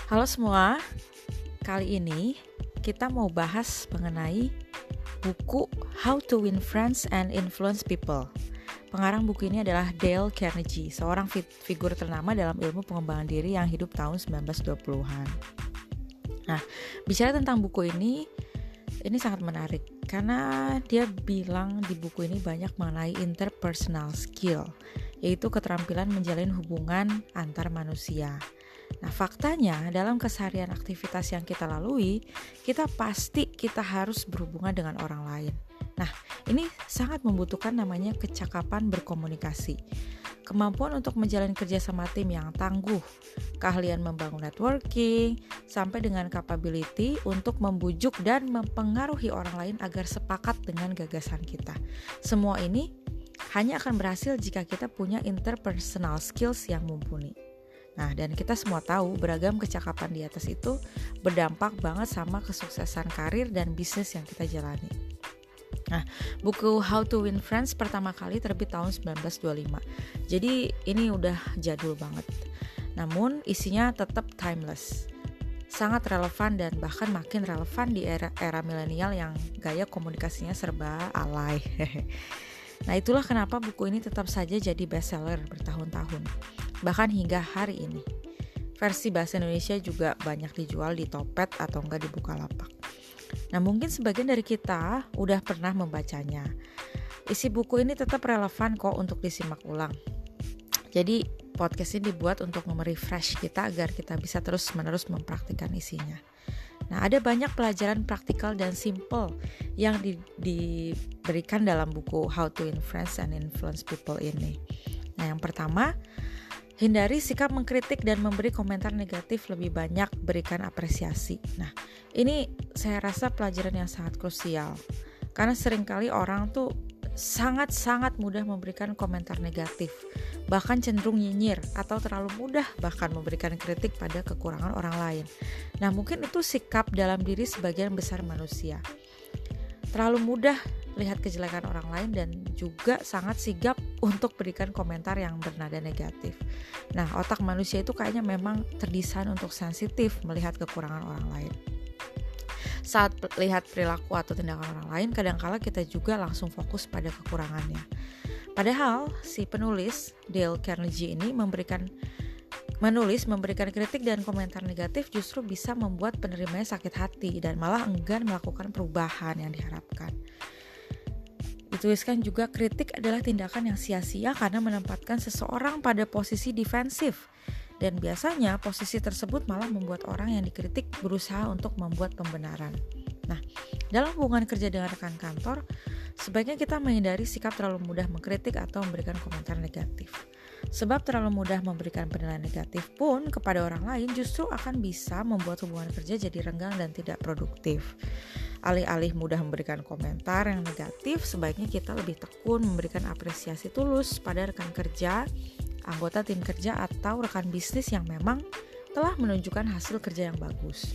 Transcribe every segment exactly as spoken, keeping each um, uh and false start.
Halo semua, kali ini kita mau bahas mengenai buku How to Win Friends and Influence People. Pengarang buku ini adalah Dale Carnegie, seorang figur ternama dalam ilmu pengembangan diri yang hidup tahun sembilan belas dua puluhan. Nah, bicara tentang buku ini, ini sangat menarik karena dia bilang di buku ini banyak mengenai interpersonal skill, yaitu keterampilan menjalin hubungan antar manusia. Nah, faktanya dalam keseharian aktivitas yang kita lalui, kita pasti kita harus berhubungan dengan orang lain. Nah, ini sangat membutuhkan namanya kecakapan berkomunikasi, kemampuan untuk menjalin kerja sama tim yang tangguh, keahlian membangun networking, sampai dengan capability untuk membujuk dan mempengaruhi orang lain agar sepakat dengan gagasan kita. Semua ini hanya akan berhasil jika kita punya interpersonal skills yang mumpuni. Nah, dan kita semua tahu beragam kecakapan di atas itu berdampak banget sama kesuksesan karir dan bisnis yang kita jalani. Nah, buku How to Win Friends pertama kali terbit tahun sembilan belas dua puluh lima. Jadi ini udah jadul banget. Namun isinya tetap timeless. Sangat relevan dan bahkan makin relevan di era era milenial yang gaya komunikasinya serba alay. Nah, itulah kenapa buku ini tetap saja jadi bestseller bertahun-tahun. Bahkan hingga hari ini. Versi bahasa Indonesia juga banyak dijual di Topet atau enggak di Bukalapak. Nah, mungkin sebagian dari kita udah pernah membacanya. Isi buku ini tetap relevan kok untuk disimak ulang. Jadi, podcast ini dibuat untuk merefresh kita agar kita bisa terus-menerus mempraktikkan isinya. Nah, ada banyak pelajaran praktikal dan simple yang di, diberikan dalam buku How to Win Friends and Influence People ini. Nah, yang pertama, hindari sikap mengkritik dan memberi komentar negatif, lebih banyak berikan apresiasi. Nah, ini saya rasa pelajaran yang sangat krusial. Karena seringkali orang tuh sangat-sangat mudah memberikan komentar negatif, bahkan cenderung nyinyir atau terlalu mudah bahkan memberikan kritik pada kekurangan orang lain. Nah, mungkin itu sikap dalam diri sebagian besar manusia. Terlalu mudah lihat kejelekan orang lain dan juga sangat sigap untuk berikan komentar yang bernada negatif. Nah, otak manusia itu kayaknya memang terdesain untuk sensitif melihat kekurangan orang lain. Saat lihat perilaku atau tindakan orang lain, kadangkala kita juga langsung fokus pada kekurangannya. Padahal si penulis Dale Carnegie ini memberikan menulis, memberikan kritik dan komentar negatif justru bisa membuat penerimanya sakit hati dan malah enggan melakukan perubahan yang diharapkan. Dituliskan juga kritik adalah tindakan yang sia-sia karena menempatkan seseorang pada posisi defensif. Dan biasanya posisi tersebut malah membuat orang yang dikritik berusaha untuk membuat pembenaran. Nah, dalam hubungan kerja dengan rekan kantor, sebaiknya kita menghindari sikap terlalu mudah mengkritik atau memberikan komentar negatif. Sebab terlalu mudah memberikan penilaian negatif pun kepada orang lain justru akan bisa membuat hubungan kerja jadi renggang dan tidak produktif. Alih-alih mudah memberikan komentar yang negatif, sebaiknya kita lebih tekun memberikan apresiasi tulus pada rekan kerja, anggota tim kerja, atau rekan bisnis yang memang telah menunjukkan hasil kerja yang bagus.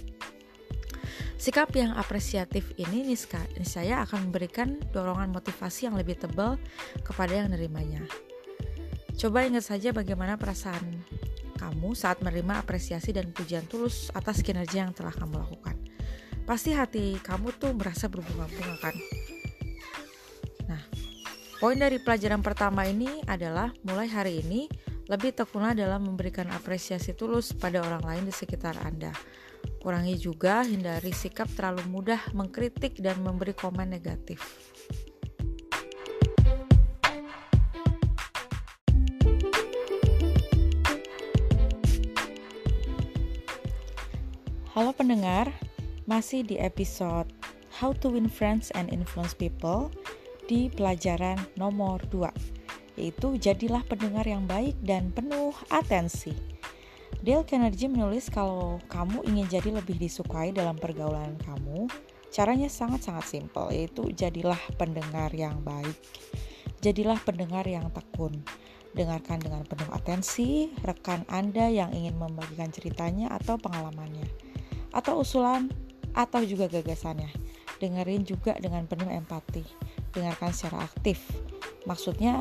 Sikap yang apresiatif ini niscaya akan memberikan dorongan motivasi yang lebih tebal kepada yang menerimanya. Coba ingat saja bagaimana perasaan kamu saat menerima apresiasi dan pujian tulus atas kinerja yang telah kamu lakukan. Pasti hati kamu tuh merasa berbunga-bunga kan? Nah, poin dari pelajaran pertama ini adalah mulai hari ini lebih tekunlah dalam memberikan apresiasi tulus pada orang lain di sekitar Anda. Kurangi juga hindari sikap terlalu mudah mengkritik dan memberi komen negatif. Halo pendengar, masih di episode How to Win Friends and Influence People di pelajaran nomor dua, yaitu jadilah pendengar yang baik dan penuh atensi. Dale Carnegie menulis kalau kamu ingin jadi lebih disukai dalam pergaulan kamu, caranya sangat-sangat simpel, yaitu jadilah pendengar yang baik. Jadilah pendengar yang tekun. Dengarkan dengan penuh atensi rekan Anda yang ingin membagikan ceritanya atau pengalamannya, atau usulan atau juga gagasannya. Dengerin juga dengan penuh empati. Dengarkan secara aktif. Maksudnya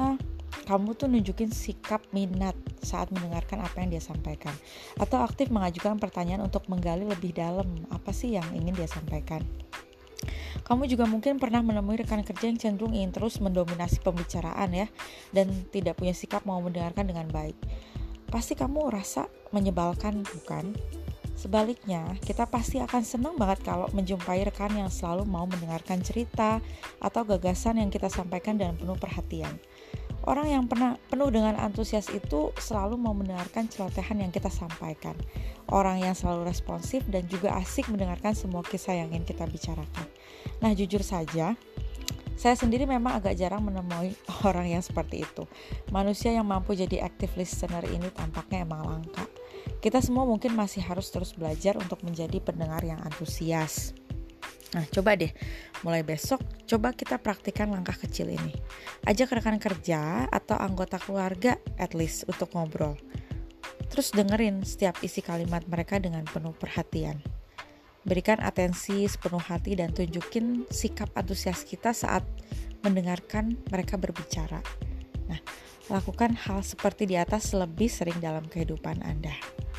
kamu tuh nunjukin sikap minat saat mendengarkan apa yang dia sampaikan, atau aktif mengajukan pertanyaan untuk menggali lebih dalam apa sih yang ingin dia sampaikan. Kamu juga mungkin pernah menemui rekan kerja yang cenderung ingin terus mendominasi pembicaraan ya, dan tidak punya sikap mau mendengarkan dengan baik. Pasti kamu rasa menyebalkan, bukan? Sebaliknya, kita pasti akan senang banget kalau menjumpai rekan yang selalu mau mendengarkan cerita atau gagasan yang kita sampaikan dengan penuh perhatian. Orang yang pernah penuh dengan antusias itu selalu mau mendengarkan celotehan yang kita sampaikan. Orang yang selalu responsif dan juga asik mendengarkan semua kisah yang ingin kita bicarakan. Nah, jujur saja, saya sendiri memang agak jarang menemui orang yang seperti itu. Manusia yang mampu jadi active listener ini tampaknya emang langka. Kita semua mungkin masih harus terus belajar untuk menjadi pendengar yang antusias. Nah, coba deh, mulai besok, coba kita praktikkan langkah kecil ini. Ajak rekan kerja atau anggota keluarga at least untuk ngobrol. Terus dengerin setiap isi kalimat mereka dengan penuh perhatian. Berikan atensi sepenuh hati dan tunjukin sikap antusias kita saat mendengarkan mereka berbicara. Nah, lakukan hal seperti di atas lebih sering dalam kehidupan Anda.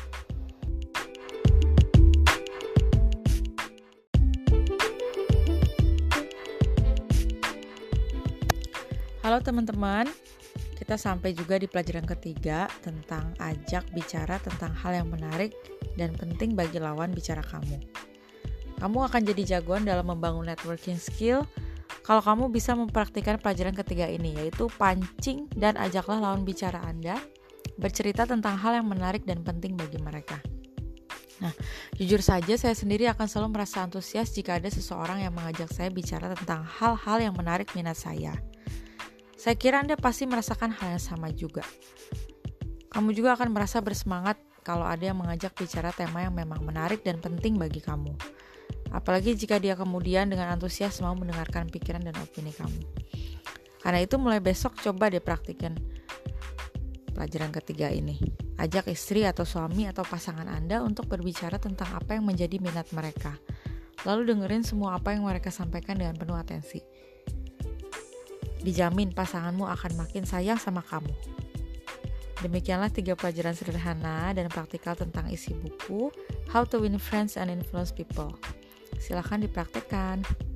Halo teman-teman, kita sampai juga di pelajaran ketiga tentang ajak bicara tentang hal yang menarik dan penting bagi lawan bicara kamu. Kamu akan jadi jagoan dalam membangun networking skill kalau kamu bisa mempraktikkan pelajaran ketiga ini, yaitu pancing dan ajaklah lawan bicara Anda bercerita tentang hal yang menarik dan penting bagi mereka. Nah, jujur saja saya sendiri akan selalu merasa antusias jika ada seseorang yang mengajak saya bicara tentang hal-hal yang menarik minat saya. Saya kira Anda pasti merasakan hal yang sama juga. Kamu juga akan merasa bersemangat kalau ada yang mengajak bicara tema yang memang menarik dan penting bagi kamu. Apalagi jika dia kemudian dengan antusias mau mendengarkan pikiran dan opini kamu. Karena itu mulai besok coba deh praktikan pelajaran ketiga ini. Ajak istri atau suami atau pasangan Anda untuk berbicara tentang apa yang menjadi minat mereka. Lalu dengerin semua apa yang mereka sampaikan dengan penuh atensi. Dijamin pasanganmu akan makin sayang sama kamu. Demikianlah tiga pelajaran sederhana dan praktikal tentang isi buku How to Win Friends and Influence People. Silakan dipraktikkan.